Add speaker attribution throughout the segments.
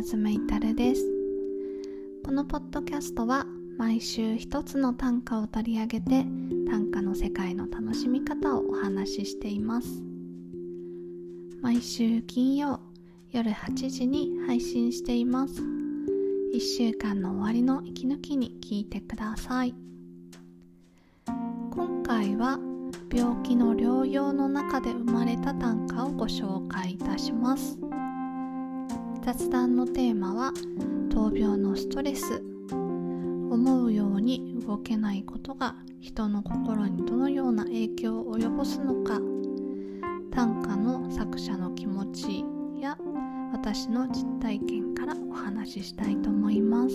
Speaker 1: ずめいたるです。このポッドキャストは毎週一つの短歌を取り上げて短歌の世界の楽しみ方をお話ししています。毎週金曜夜8時に配信しています。1週間の終わりの息抜きに聞いてください。今回は病気の療養の中で生まれた短歌をご紹介いたします。雑談のテーマは闘病のストレス、思うように動けないことが人の心にどのような影響を及ぼすのか、短歌の作者の気持ちや私の実体験からお話ししたいと思います。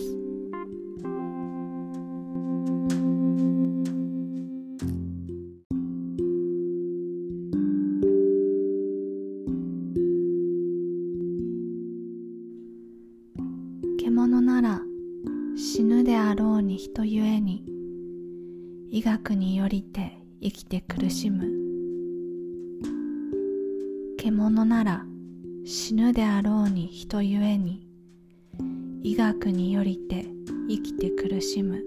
Speaker 1: 獣なら死ぬであろうに人ゆえに、医学によりて生きて苦しむ。獣なら死ぬであろうに人ゆえに、医学によりて生きて苦しむ。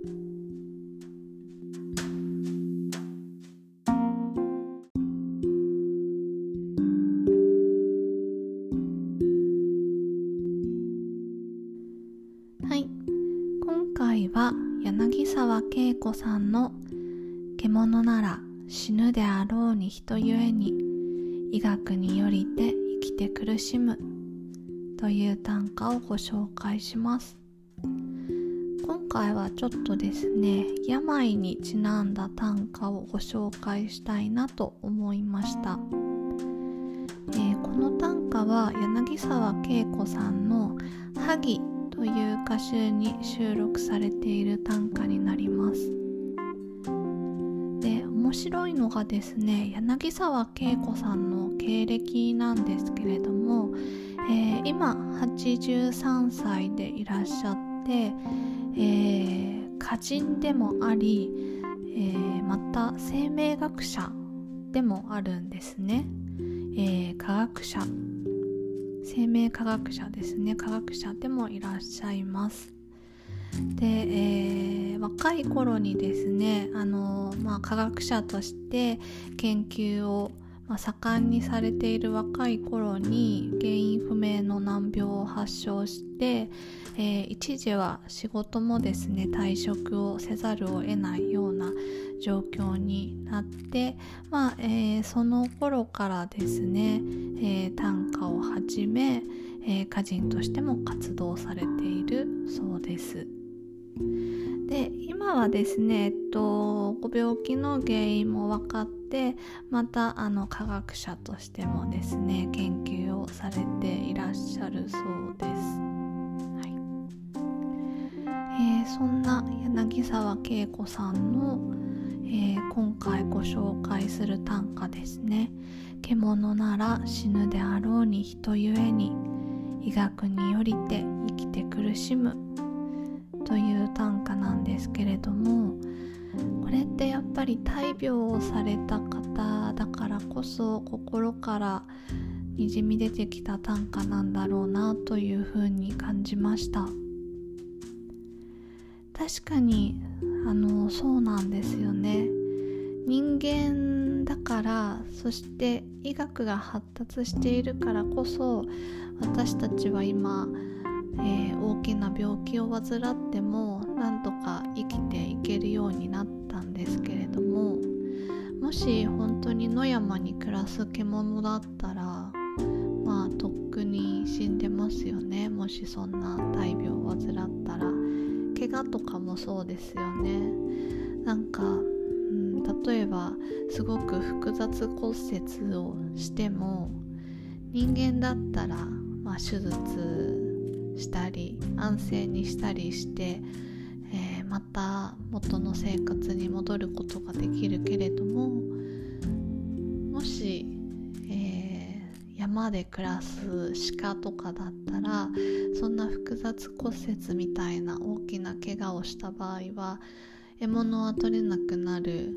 Speaker 1: はい、今回は柳沢恵子さんの獣なら死ぬであろうに人ゆえに、医学によりて生きて苦しむという短歌をご紹介します。今回はちょっとですね、病にちなんだ短歌をご紹介したいなと思いました。この短歌は柳沢恵子さんの萩という歌集に収録されている短歌になります。で、面白いのがですね、柳沢恵子さんの経歴なんですけれども、今83歳でいらっしゃって、歌人でもあり、また生命学者でもあるんですね。科学者、生命科学者ですね。科学者でもいらっしゃいます。で、若い頃にですね、科学者として研究を、盛んにされている若い頃に原因不明の難病を発症して、一時は仕事もですね退職をせざるを得ないような状況になって、その頃からですね、短歌を始め、歌人としても活動されているそうです。で、今はですね、ご病気の原因も分かって、また科学者としてもですね研究をされていらっしゃるそうです。そんな柳沢恵子さんの、今回ご紹介する短歌ですね。獣なら死ぬであろうに人ゆえに、医学によりて生きて苦しむという短歌なんですけれども、これってやっぱり大病をされた方だからこそ心からにじみ出てきた短歌なんだろうなというふうに感じました。確かにそうなんですよね。人間だから、そして医学が発達しているからこそ、私たちは今、大きな病気を患ってもなんとか生きていけるようになったんですけれども、もし本当に野山に暮らす獣だったら、とっくに死んでますよね。もしそんな大病を患ったら、怪我とかもそうですよね。例えばすごく複雑骨折をしても、人間だったら、手術したり安静にしたりして、また元の生活に戻ることができるけれども、もし、山で暮らす鹿とかだったら、そんな複雑骨折みたいな大きな怪我をした場合は獲物は取れなくなる。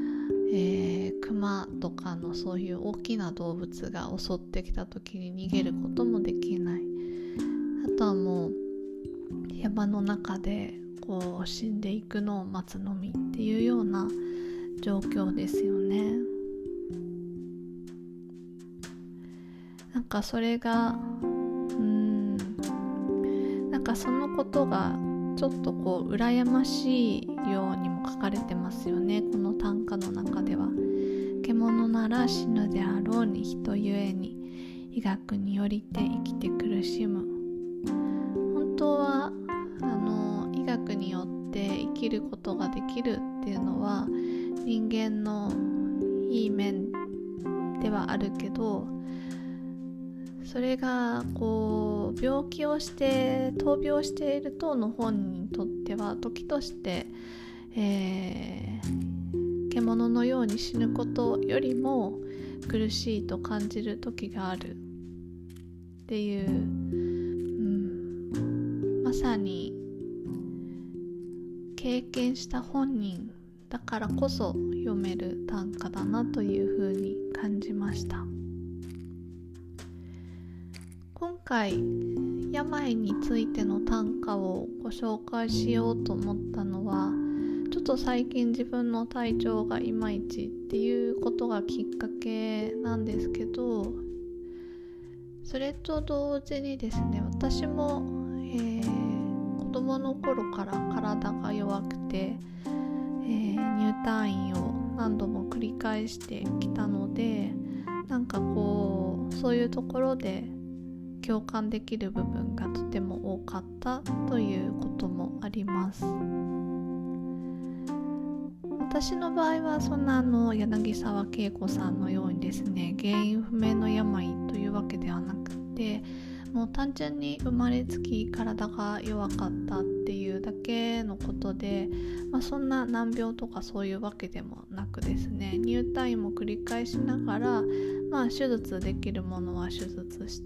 Speaker 1: 熊とかのそういう大きな動物が襲ってきた時に逃げることもできない。あたも山の中でこう死んでいくのを待つのみっていうような状況ですよね。なんかそれがなんかそのことがちょっとこう羨ましいようにも書かれてますよね、この短歌の中では。獣なら死ぬであろうに人ゆえに医学によりて生きて苦しむ。本当は医学によって生きることができるっていうのは人間のいい面ではあるけど、それがこう病気をして闘病している当の本人にとっては時として、獣のように死ぬことよりも苦しいと感じる時があるっていう、まさに経験した本人だからこそ読める短歌だなというふうに感じました。今回病についての短歌をご紹介しようと思ったのは、ちょっと最近自分の体調がいまいちっていうことがきっかけなんですけど、それと同時にですね、私も、子供の頃から体が弱くて、入退院を何度も繰り返してきたので、なんかこうそういうところで共感できる部分がとても多かったということもあります。私の場合はそんな柳沢恵子さんのようにですね、原因不明の病というわけではなくて、もう単純に生まれつき体が弱かったっていうだけのことで、そんな難病とかそういうわけでもなくですね、入退院も繰り返しながら、手術できるものは手術して、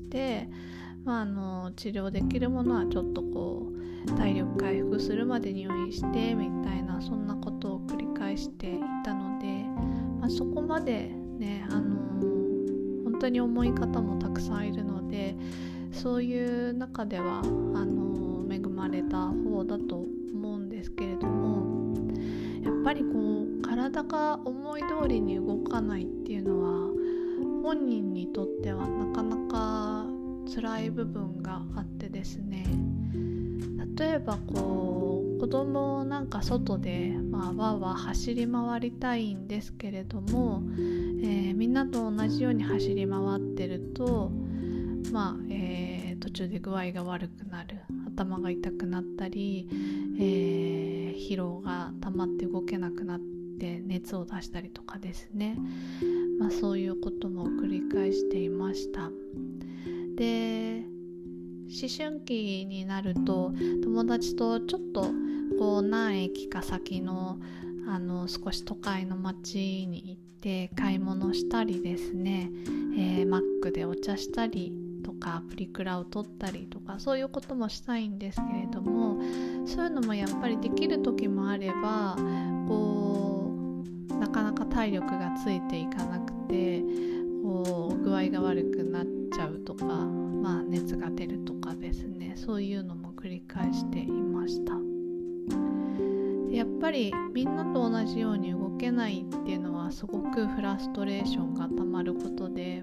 Speaker 1: 治療できるものはちょっとこう体力回復するまで入院してみたいな、そんなことを繰り返していたので、そこまでね、本当に重い方もたくさんいるので、そういう中では恵まれた方だと思うんですけれども、やっぱりこう体が思い通りに動かないっていうのは本人にとってはなかなか辛い部分があってですね、例えばこう子供なんか外でわーわー走り回りたいんですけれども、みんなと同じように走り回ってると途中で具合が悪くなる、頭が痛くなったり、疲労が溜まって動けなくなって熱を出したりとかですね、そういうことも繰り返していました。で、思春期になると友達とちょっとこう何駅か先の少し都会の町に行って買い物したりですね、マックでお茶したりとかプリクラを撮ったりとか、そういうこともしたいんですけれども、そういうのもやっぱりできる時もあれば、こうなかなか体力がついていかなくてこう具合が悪くなっちゃうとか、熱が出るとかですね、そういうのも繰り返していました。で、やっぱりみんなと同じように動けないっていうのはすごくフラストレーションがたまることで、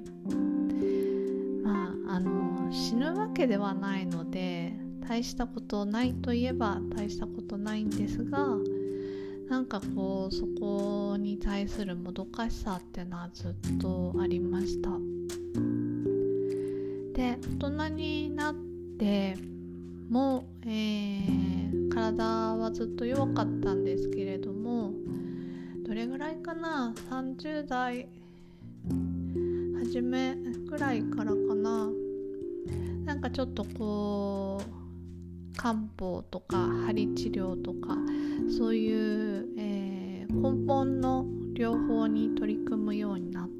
Speaker 1: 死ぬわけではないので大したことないといえば大したことないんですが、なんかこうそこに対するもどかしさっていうのはずっとありました。で、大人になっても、体はずっと弱かったんですけれども、どれぐらいかな、30代初めぐらいからかな、なんかちょっとこう漢方とか鍼治療とかそういう、根本の療法に取り組むようになって、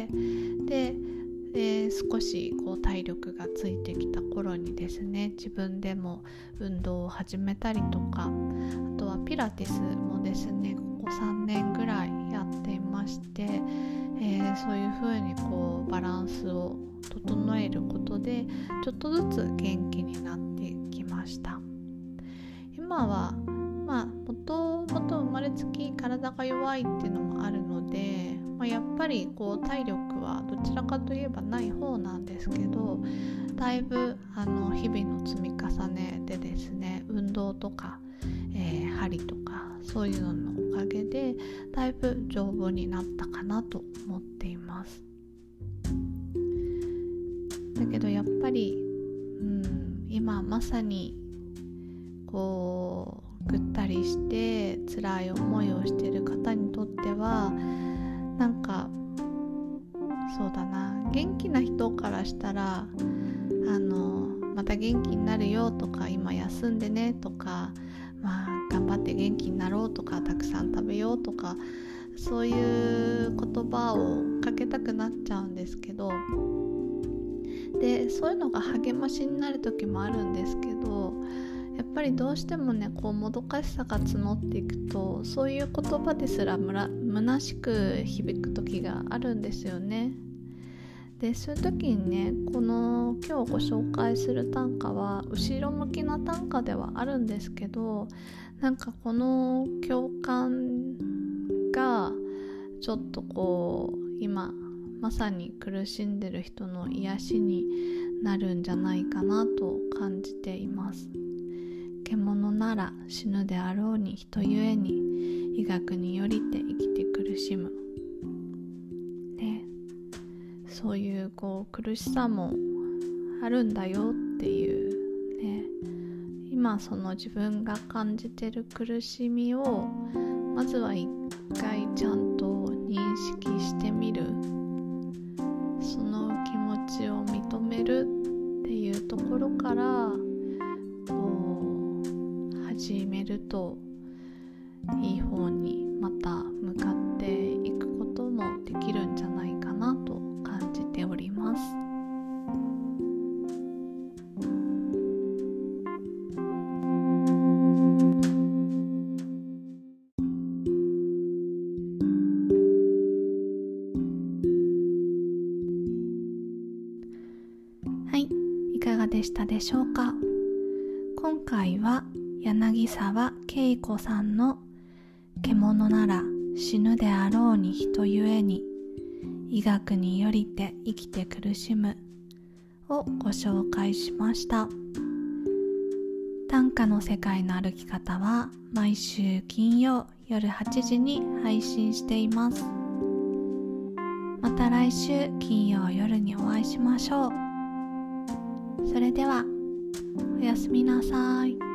Speaker 1: で、少しこう体力がついてきた頃にですね、自分でも運動を始めたりとか、あとはピラティスもですね、ここ3年ぐらいやっていまして、そういう風にこうバランスを整えることでちょっとずつ元気になってきました。今はもともと生まれつき体が弱いっていうのもあるので、やっぱり体力はどちらかといえばない方なんですけど、だいぶ日々の積み重ねでですね、運動とか、針とかそういうののおかげでだいぶ丈夫になったかなと思っています。だけどやっぱり、今まさにぐったりして辛い思いをしている方にとっては、そうだな、元気な人からしたらまた元気になるよとか、今休んでねとか、頑張って元気になろうとか、たくさん食べようとか、そういう言葉をかけたくなっちゃうんですけど、でそういうのが励ましになる時もあるんですけど、やっぱりどうしてもね、もどかしさが募っていくと、そういう言葉ですら虚しく響く時があるんですよね。でそういう時にね、今日ご紹介する短歌は後ろ向きな短歌ではあるんですけど、この共感がちょっと今まさに苦しんでる人の癒しになるんじゃないかなと感じています。獣なら死ぬであろうに人ゆえに、医学によりて生きて苦しむ、ね、そういう苦しさもあるんだよっていうね、今その自分が感じてる苦しみをまずは一回ちゃんと認識してみる、その気持ちを認めるっていうところから始めると、いい方にまた向かっていくこともできるんじゃないかなと感じております。はい、いかがでしたでしょうか。今回は柳沢恵子さんの獣なら死ぬであろうに人ゆえに、医学によりて生きて苦しむをご紹介しました。短歌の世界の歩き方は毎週金曜夜8時に配信しています。また来週金曜夜にお会いしましょう。それではおやすみなさい。